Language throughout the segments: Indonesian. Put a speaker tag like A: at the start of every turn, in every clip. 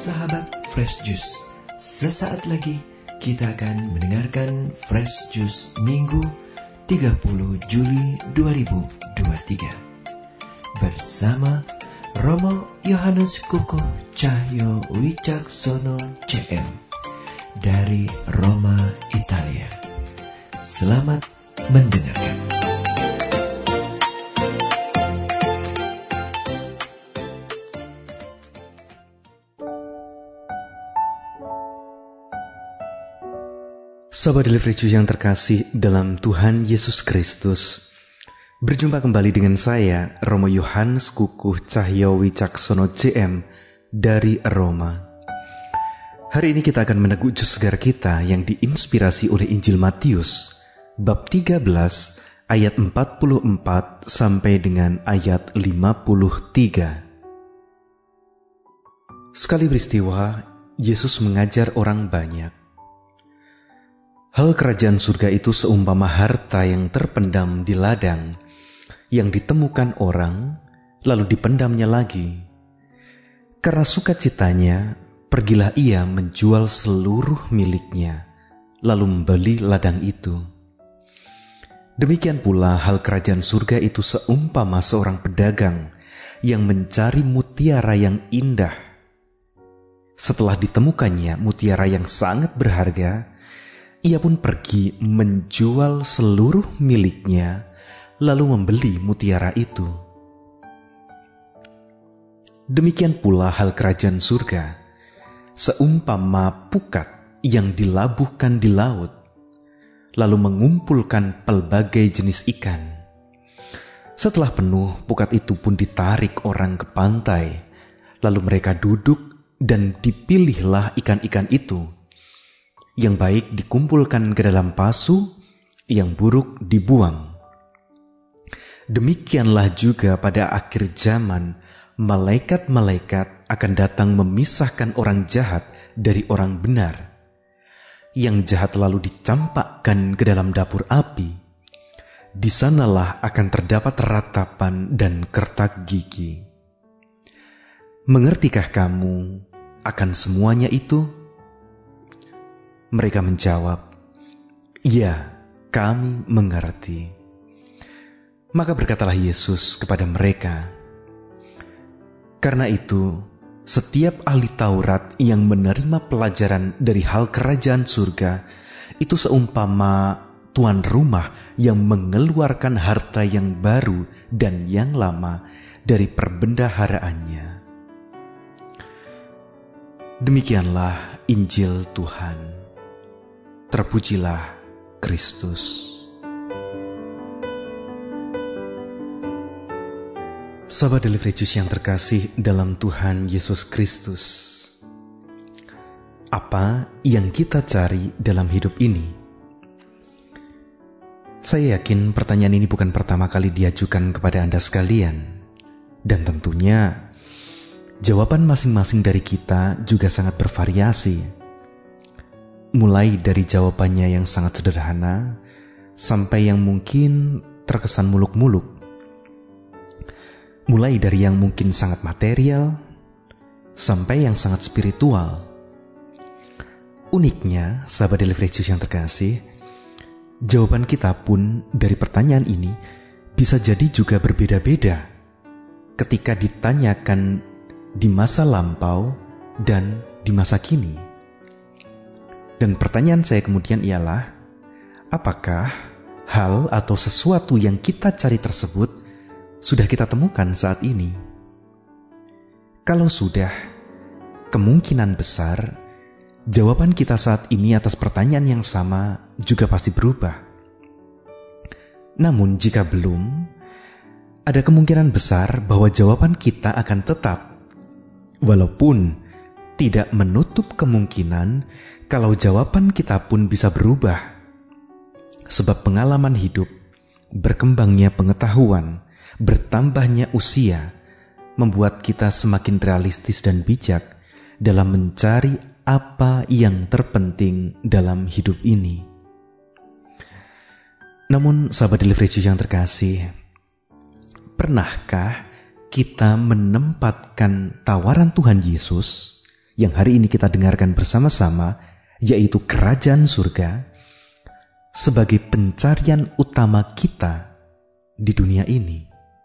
A: Sahabat Fresh Juice, sesaat lagi kita akan mendengarkan Fresh Juice Minggu 30 Juli 2023 bersama Romo Yohanes Kukuh Cahyo Wicaksono CM dari Roma, Italia. Selamat mendengarkan.
B: Sahabat Delivery Juice yang terkasih dalam Tuhan Yesus Kristus, berjumpa kembali dengan saya, Romo Yohanes Kukuh Cahyo Wicaksono CM dari Roma. Hari ini kita akan meneguk jus segar kita yang diinspirasi oleh Injil Matius, bab 13, ayat 44 sampai dengan ayat 53. Sekali peristiwa, Yesus mengajar orang banyak. Hal kerajaan surga itu seumpama harta yang terpendam di ladang, yang ditemukan orang, lalu dipendamnya lagi. Karena sukacitanya, pergilah ia menjual seluruh miliknya, lalu membeli ladang itu. Demikian pula hal kerajaan surga itu seumpama seorang pedagang yang mencari mutiara yang indah. Setelah ditemukannya mutiara yang sangat berharga, ia pun pergi menjual seluruh miliknya, lalu membeli mutiara itu. Demikian pula hal kerajaan surga, seumpama pukat yang dilabuhkan di laut, lalu mengumpulkan pelbagai jenis ikan. Setelah penuh, pukat itu pun ditarik orang ke pantai, lalu mereka duduk dan dipilihlah ikan-ikan itu. Yang baik dikumpulkan ke dalam pasu, yang buruk dibuang. Demikianlah juga pada akhir zaman, malaikat-malaikat akan datang memisahkan orang jahat dari orang benar. Yang jahat lalu dicampakkan ke dalam dapur api. Di sanalah akan terdapat ratapan dan kertak gigi. Mengertikah kamu akan semuanya itu? Mereka menjawab, "Ya, kami mengerti." Maka berkatalah Yesus kepada mereka, "Karena itu, setiap ahli Taurat yang menerima pelajaran dari hal kerajaan surga, itu seumpama tuan rumah yang mengeluarkan harta yang baru dan yang lama dari perbendaharaannya." Demikianlah Injil Tuhan. Terpujilah Kristus. Sahabat Delivery Juice yang terkasih dalam Tuhan Yesus Kristus, apa yang kita cari dalam hidup ini? Saya yakin pertanyaan ini bukan pertama kali diajukan kepada Anda sekalian, dan tentunya jawaban masing-masing dari kita juga sangat bervariasi. Mulai dari jawabannya yang sangat sederhana, sampai yang mungkin terkesan muluk-muluk. Mulai dari yang mungkin sangat material, sampai yang sangat spiritual. Uniknya, sahabat Delivery Juice yang terkasih, jawaban kita pun dari pertanyaan ini bisa jadi juga berbeda-beda ketika ditanyakan di masa lampau dan di masa kini. Dan pertanyaan saya kemudian ialah, apakah hal atau sesuatu yang kita cari tersebut sudah kita temukan saat ini? Kalau sudah, kemungkinan besar jawaban kita saat ini atas pertanyaan yang sama juga pasti berubah. Namun jika belum, ada kemungkinan besar bahwa jawaban kita akan tetap, walaupun tidak menutup kemungkinan kalau jawaban kita pun bisa berubah. Sebab pengalaman hidup, berkembangnya pengetahuan, bertambahnya usia, membuat kita semakin realistis dan bijak dalam mencari apa yang terpenting dalam hidup ini. Namun sahabat Delivery Juice yang terkasih, pernahkah kita menempatkan tawaran Tuhan Yesus yang hari ini kita dengarkan bersama-sama, yaitu kerajaan surga, sebagai pencarian utama kita di dunia ini.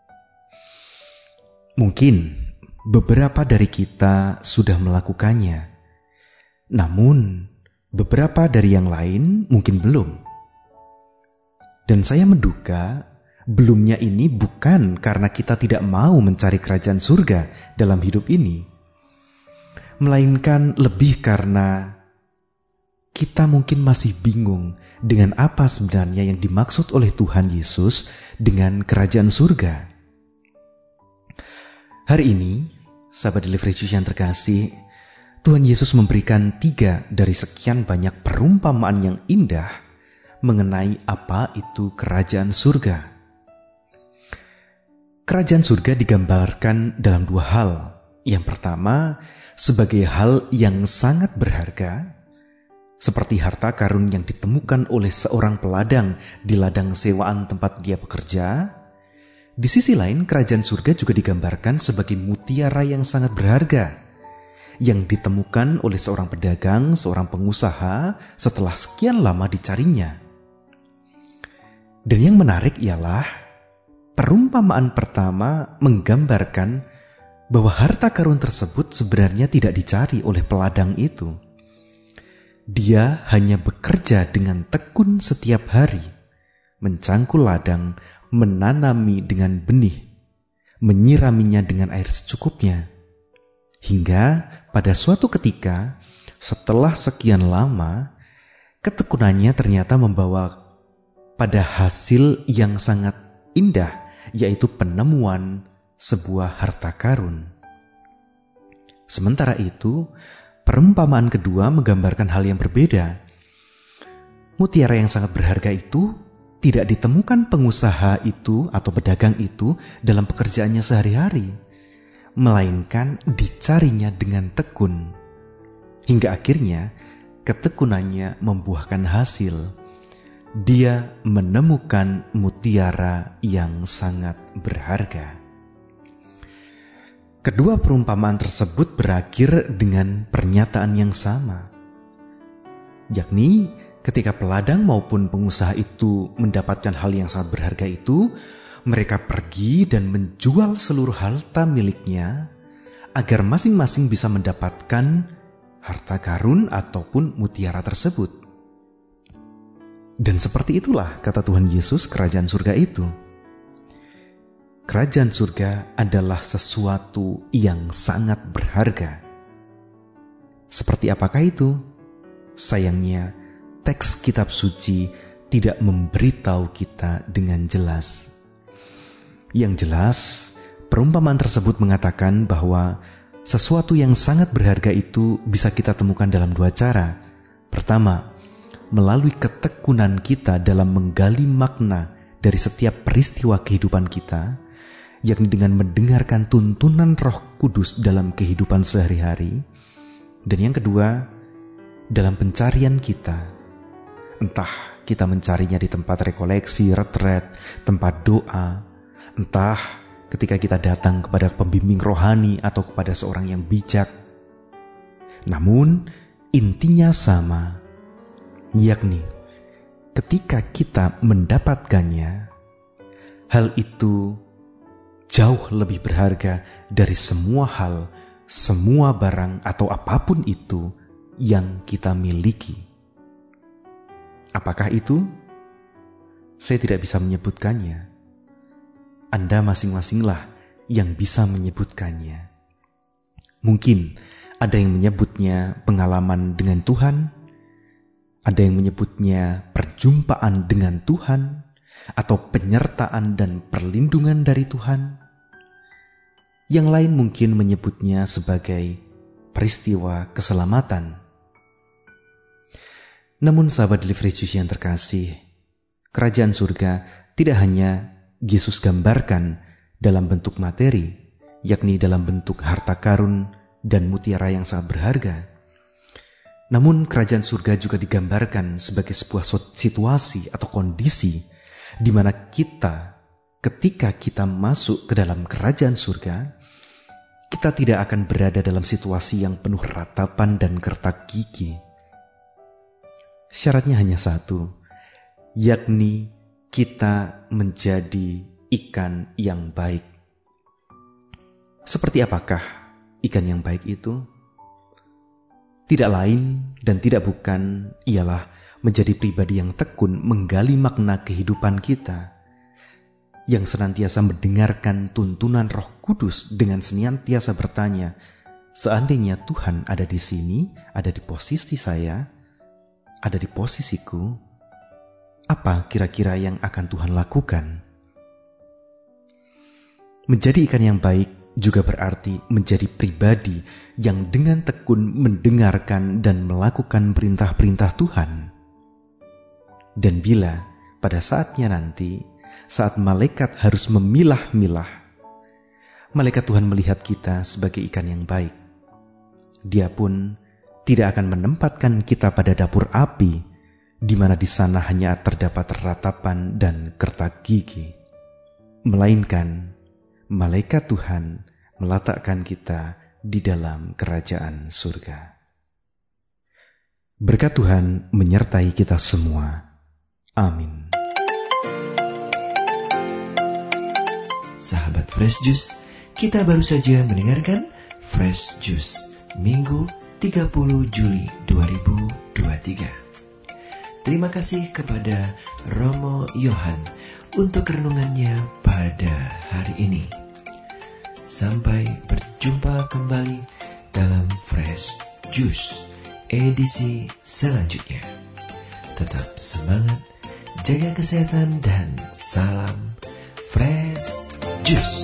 B: Mungkin beberapa dari kita sudah melakukannya, namun beberapa dari yang lain mungkin belum. Dan saya menduga belumnya ini bukan karena kita tidak mau mencari kerajaan surga dalam hidup ini, melainkan lebih karena kita mungkin masih bingung dengan apa sebenarnya yang dimaksud oleh Tuhan Yesus dengan kerajaan surga. Hari ini, sahabat Delivery Juice yang terkasih, Tuhan Yesus memberikan 3 dari sekian banyak perumpamaan yang indah mengenai apa itu kerajaan surga. Kerajaan surga digambarkan dalam 2 hal. Yang pertama, sebagai hal yang sangat berharga, seperti harta karun yang ditemukan oleh seorang peladang di ladang sewaan tempat dia bekerja. Di sisi lain, kerajaan surga juga digambarkan sebagai mutiara yang sangat berharga, yang ditemukan oleh seorang pedagang, seorang pengusaha setelah sekian lama dicarinya. Dan yang menarik ialah perumpamaan pertama menggambarkan bahwa harta karun tersebut sebenarnya tidak dicari oleh peladang itu. Dia hanya bekerja dengan tekun setiap hari, mencangkul ladang, menanami dengan benih, menyiraminya dengan air secukupnya. Hingga pada suatu ketika, setelah sekian lama, ketekunannya ternyata membawa pada hasil yang sangat indah, yaitu penemuan sebuah harta karun. Sementara itu, perumpamaan kedua menggambarkan hal yang berbeda. Mutiara yang sangat berharga itu tidak ditemukan pengusaha itu atau pedagang itu dalam pekerjaannya sehari-hari, melainkan dicarinya dengan tekun. Hingga akhirnya ketekunannya membuahkan hasil. Dia menemukan mutiara yang sangat berharga. Kedua perumpamaan tersebut berakhir dengan pernyataan yang sama, yakni ketika peladang maupun pengusaha itu mendapatkan hal yang sangat berharga itu, mereka pergi dan menjual seluruh harta miliknya agar masing-masing bisa mendapatkan harta karun ataupun mutiara tersebut. Dan seperti itulah kata Tuhan Yesus kerajaan surga itu. Kerajaan surga adalah sesuatu yang sangat berharga. Seperti apakah itu? Sayangnya, teks kitab suci tidak memberitahu kita dengan jelas. Yang jelas, perumpamaan tersebut mengatakan bahwa sesuatu yang sangat berharga itu bisa kita temukan dalam 2 cara. Pertama, melalui ketekunan kita dalam menggali makna dari setiap peristiwa kehidupan kita, yakni dengan mendengarkan tuntunan Roh Kudus dalam kehidupan sehari-hari. Dan yang kedua, dalam pencarian kita. Entah kita mencarinya di tempat rekoleksi, retret, tempat doa, entah ketika kita datang kepada pembimbing rohani atau kepada seorang yang bijak. Namun, intinya sama, yakni ketika kita mendapatkannya, hal itu jauh lebih berharga dari semua hal, semua barang atau apapun itu yang kita miliki. Apakah itu? Saya tidak bisa menyebutkannya. Anda masing-masinglah yang bisa menyebutkannya. Mungkin ada yang menyebutnya pengalaman dengan Tuhan, ada yang menyebutnya perjumpaan dengan Tuhan, atau penyertaan dan perlindungan dari Tuhan. Yang lain mungkin menyebutnya sebagai peristiwa keselamatan. Namun sahabat Delivery Juice yang terkasih, kerajaan surga tidak hanya Yesus gambarkan dalam bentuk materi, yakni dalam bentuk harta karun dan mutiara yang sangat berharga. Namun kerajaan surga juga digambarkan sebagai sebuah situasi atau kondisi di mana kita, ketika kita masuk ke dalam kerajaan surga, kita tidak akan berada dalam situasi yang penuh ratapan dan kertak gigi. Syaratnya hanya satu, yakni kita menjadi ikan yang baik. Seperti apakah ikan yang baik itu? Tidak lain dan tidak bukan ialah menjadi pribadi yang tekun menggali makna kehidupan kita, yang senantiasa mendengarkan tuntunan Roh Kudus dengan senantiasa bertanya, seandainya Tuhan ada di sini, ada di posisi saya, ada di posisiku, apa kira-kira yang akan Tuhan lakukan? Menjadi ikan yang baik juga berarti menjadi pribadi yang dengan tekun mendengarkan dan melakukan perintah-perintah Tuhan. Dan bila pada saatnya nanti, saat malaikat harus memilah-milah, malaikat Tuhan melihat kita sebagai ikan yang baik. Dia pun tidak akan menempatkan kita pada dapur api, di mana di sana hanya terdapat ratapan dan kertak gigi. Melainkan, malaikat Tuhan meletakkan kita di dalam kerajaan surga. Berkat Tuhan menyertai kita semua. Amin.
A: Sahabat Fresh Juice, kita baru saja mendengarkan Fresh Juice Minggu 30 Juli 2023. Terima kasih kepada Romo Yohan untuk renungannya pada hari ini. Sampai berjumpa kembali dalam Fresh Juice edisi selanjutnya. Tetap semangat, jaga kesehatan, dan salam Fresh Juice.